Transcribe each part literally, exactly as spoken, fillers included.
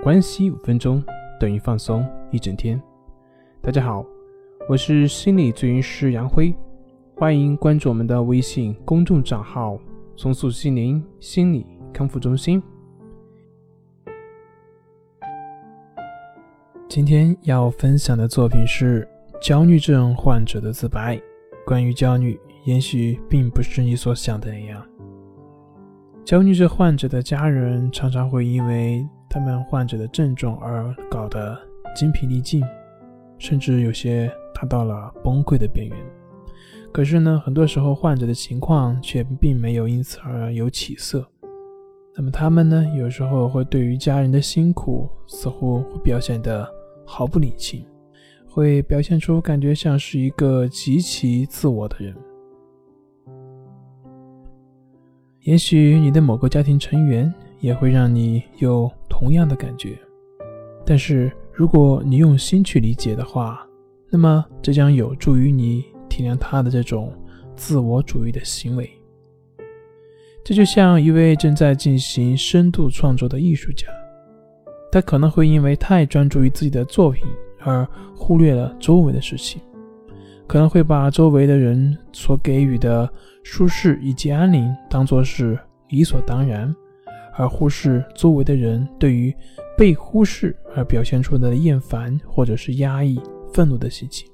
关系五分钟等于放松一整天。大家好，我是心理咨询师杨辉，欢迎关注我们的微信公众账号重塑心灵心理康复中心。今天要分享的作品是焦虑症患者的自白。关于焦虑，也许并不是你所想的那样。焦虑症患者的家人常常会因为他们患者的症状而搞得精疲力尽，甚至有些达到了崩溃的边缘。可是呢，很多时候患者的情况却并没有因此而有起色。那么他们呢，有时候会对于家人的辛苦似乎会表现得毫不领情，会表现出感觉像是一个极其自我的人。也许你的某个家庭成员也会让你有同样的感觉，但是如果你用心去理解的话，那么这将有助于你体谅他的这种自我主义的行为。这就像一位正在进行深度创作的艺术家，他可能会因为太专注于自己的作品而忽略了周围的事情，可能会把周围的人所给予的舒适以及安宁当作是理所当然，而忽视周围的人对于被忽视而表现出的厌烦或者是压抑、愤怒的心情。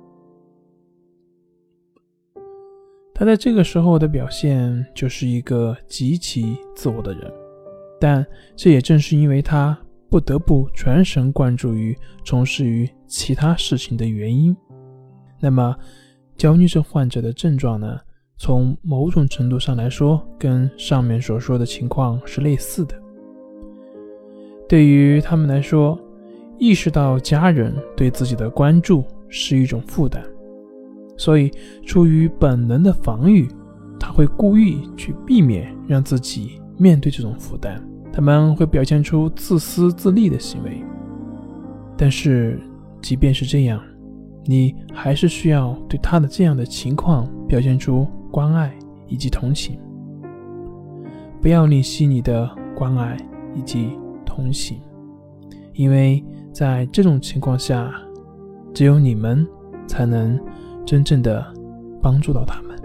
他在这个时候的表现就是一个极其自我的人，但这也正是因为他不得不全神贯注于从事于其他事情的原因。那么焦虑症患者的症状呢，从某种程度上来说跟上面所说的情况是类似的。对于他们来说，意识到家人对自己的关注是一种负担，所以出于本能的防御，他会故意去避免让自己面对这种负担，他们会表现出自私自利的行为。但是即便是这样，你还是需要对他的这样的情况表现出关爱以及同情，不要吝惜你的关爱以及同情，因为在这种情况下，只有你们才能真正的帮助到他们。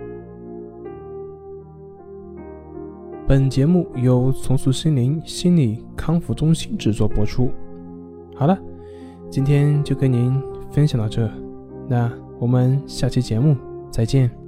本节目由重塑心灵心理康复中心制作播出。好了，今天就跟您分享到这，那我们下期节目再见。